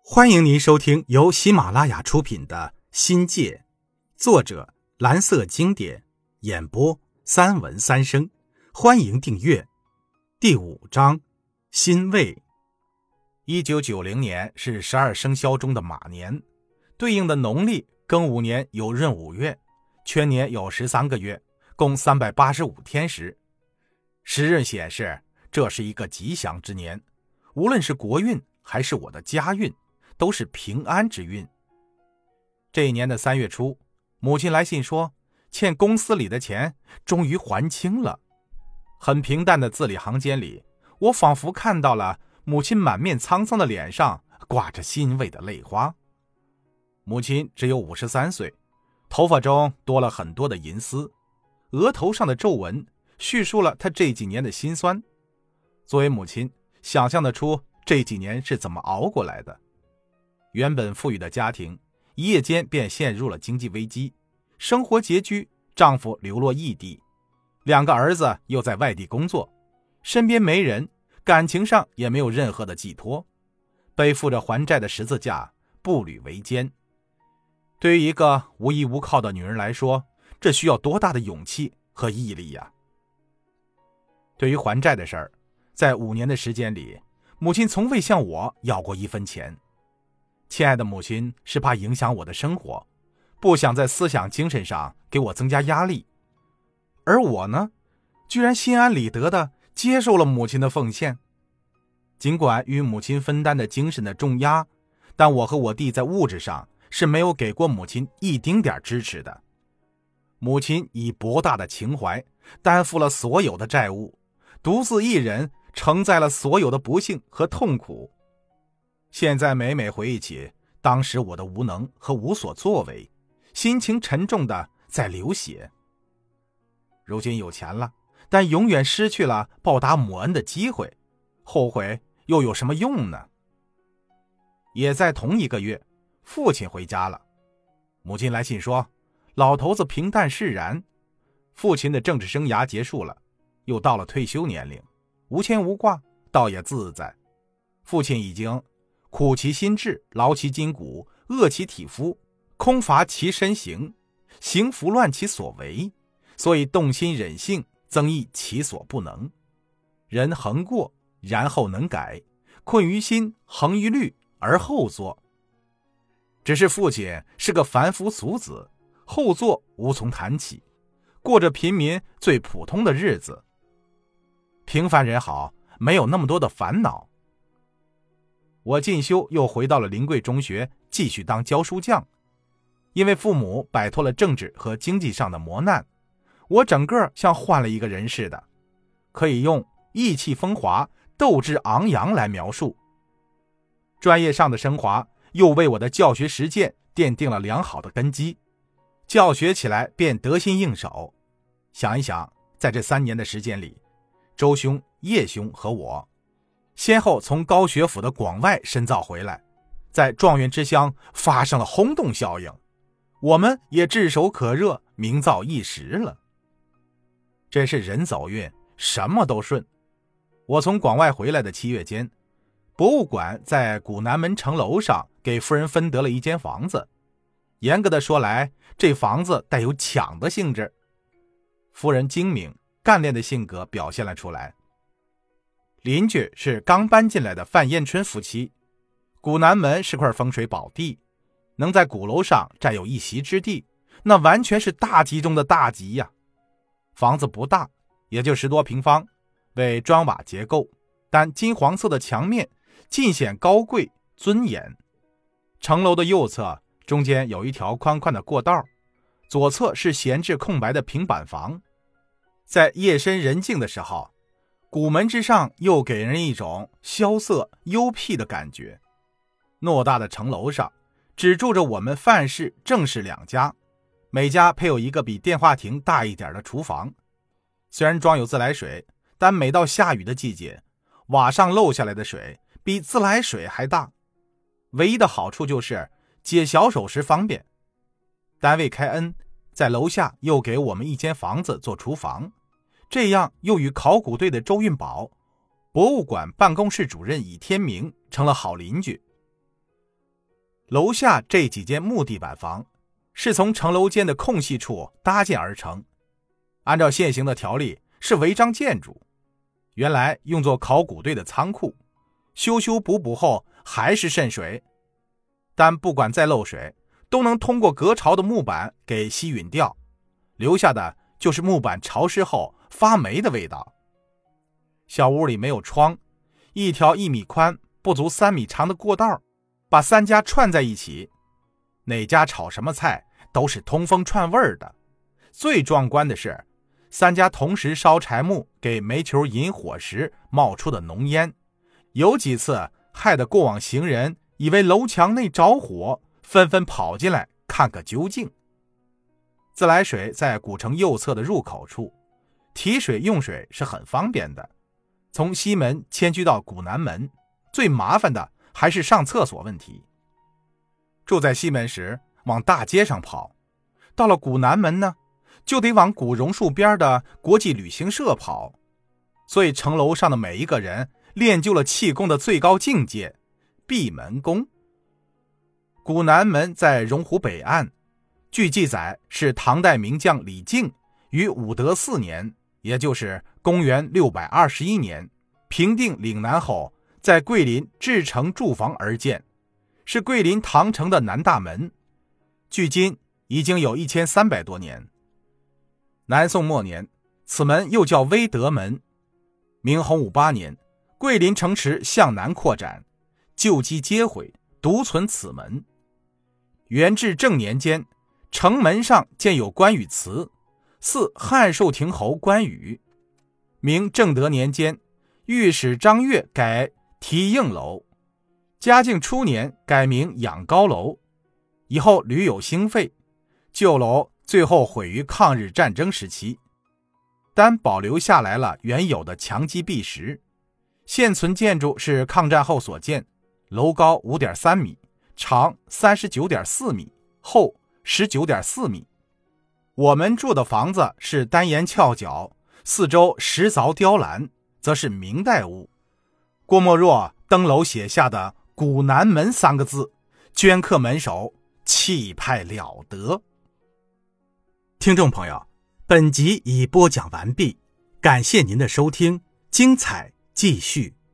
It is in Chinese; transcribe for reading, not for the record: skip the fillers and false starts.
欢迎您收听由喜马拉雅出品的《新界》，作者蓝色经典，演播三文三生。欢迎订阅。第5章，辛未。1990年是12生肖中的马年，对应的农历庚午年有闰5月，全年有13个月，共385天时。时运显示这是一个吉祥之年，无论是国运还是我的家运，都是平安之运。这一年的3月初，母亲来信说，欠公司里的钱终于还清了。很平淡的字里行间里，我仿佛看到了母亲满面沧桑的脸上挂着欣慰的泪花。母亲只有53岁，头发中多了很多的银丝，额头上的皱纹叙述了她这几年的辛酸。作为母亲，想象得出这几年是怎么熬过来的。原本富裕的家庭，一夜间便陷入了经济危机，生活拮据，丈夫流落异地，2个儿子又在外地工作，身边没人，感情上也没有任何的寄托，背负着还债的十字架，步履维艰。对于一个无依无靠的女人来说，这需要多大的勇气和毅力呀！对于还债的事儿，在5年的时间里，母亲从未向我要过1分钱。亲爱的母亲是怕影响我的生活，不想在思想精神上给我增加压力。而我呢，居然心安理得地接受了母亲的奉献。尽管与母亲分担的精神的重压，但我和我弟在物质上是没有给过母亲一丁点支持的。母亲以博大的情怀担负了所有的债务，独自一人承载了所有的不幸和痛苦。现在每每回忆起当时我的无能和无所作为，心情沉重的在流血。如今有钱了，但永远失去了报答母恩的机会，后悔又有什么用呢？也在同一个月，父亲回家了。母亲来信说，老头子平淡释然，父亲的政治生涯结束了，又到了退休年龄，无牵无挂，倒也自在。父亲已经苦其心志，劳其筋骨，饿其体肤，空乏其身形，行拂乱其所为，所以动心忍性，增益其所不能。人恒过，然后能改，困于心，恒于虑，而后作。只是父亲是个凡夫俗子，后作无从谈起，过着平民最普通的日子。平凡人好，没有那么多的烦恼。我进修又回到了临桂中学，继续当教书匠。因为父母摆脱了政治和经济上的磨难，我整个像换了一个人似的，可以用意气风华、斗志昂扬来描述。专业上的升华又为我的教学实践奠定了良好的根基，教学起来便得心应手。想一想，在这3年的时间里，周兄、叶兄和我先后从高学府的广外深造回来，在状元之乡发生了轰动效应，我们也炙手可热，名噪一时了。真是人走运，什么都顺。我从广外回来的7月间，博物馆在古南门城楼上给夫人分得了一间房子。严格的说来，这房子带有抢的性质。夫人精明干练的性格表现了出来。邻居是刚搬进来的范彦春夫妻，古南门是块风水宝地，能在鼓楼上占有一席之地，那完全是大吉中的大吉呀。房子不大，也就10多平方，为砖瓦结构，但金黄色的墙面尽显高贵尊严。城楼的右侧中间有一条宽宽的过道，左侧是闲置空白的平板房。在夜深人静的时候，古门之上又给人一种萧瑟幽僻的感觉。偌大的城楼上只住着我们范氏、郑氏2家，每家配有一个比电话亭大一点的厨房。虽然装有自来水，但每到下雨的季节，瓦上漏下来的水比自来水还大。唯一的好处就是解小手时方便。单位开恩，在楼下又给我们一间房子做厨房，这样又与考古队的周运宝、博物馆办公室主任尹天明成了好邻居。 楼下这几间木地板房是从城楼间的空隙处搭建而成，按照现行的条例是违章建筑，原来用作考古队的仓库，修修补补后还是渗水，但不管再漏水，都能通过隔潮的木板给吸吮掉，留下的就是木板潮湿后发霉的味道。小屋里没有窗，一条1米宽不足3米长的过道把3家串在一起，哪家炒什么菜都是通风串味儿的。最壮观的是3家同时烧柴木给煤球引火时冒出的浓烟，有几次害得过往行人以为楼墙内着火，纷纷跑进来看个究竟。自来水在古城右侧的入口处，提水用水是很方便的。从西门迁居到古南门，最麻烦的还是上厕所问题。住在西门时往大街上跑，到了古南门呢，就得往古榕树边的国际旅行社跑。所以城楼上的每一个人练就了气功的最高境界——闭门功。古南门在榕湖北岸，据记载是唐代名将李靖于武德4年，也就是公元621年平定岭南后，在桂林制成筑房而建，是桂林唐城的南大门，距今已经有1300多年。南宋末年，此门又叫威德门。明洪武8年，桂林城池向南扩展，旧基皆毁，独存此门。元至正年间，城门上建有关羽祠，祀汉寿亭侯关羽。明正德年间，御史张悦改提应楼，嘉靖初年改名养高楼，以后屡有兴废，旧楼最后毁于抗日战争时期，但保留下来了原有的墙基壁石。现存建筑是抗战后所建，楼高 5.3 米，长 39.4 米，厚 19.4 米。我们住的房子是单檐翘角，四周石凿雕栏，则是明代屋。郭沫若登楼写下的古南门3个字，镌刻门首，气派了得。听众朋友，本集已播讲完毕，感谢您的收听，精彩继续。